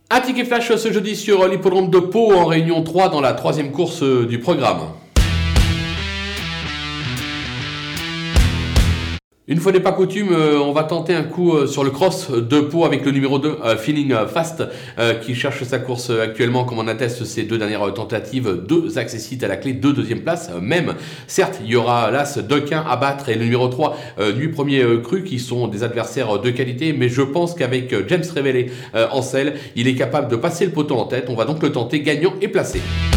Un ticket flash ce jeudi sur l'hippodrome de Pau en Réunion 3 dans la troisième course du programme. Une fois n'est pas coutume, on va tenter un coup sur le cross de Pau avec le numéro 2, Feeling Fast, qui cherche sa course actuellement, comme on atteste ses deux dernières tentatives, 2 accessites à la clé, 2 deuxième place même. Certes, il y aura l'As Dunquin à battre et le numéro 3, Nuit Premier Cru, qui sont des adversaires de qualité, mais je pense qu'avec James Révélé en selle, il est capable de passer le poteau en tête. On va donc le tenter gagnant et placé.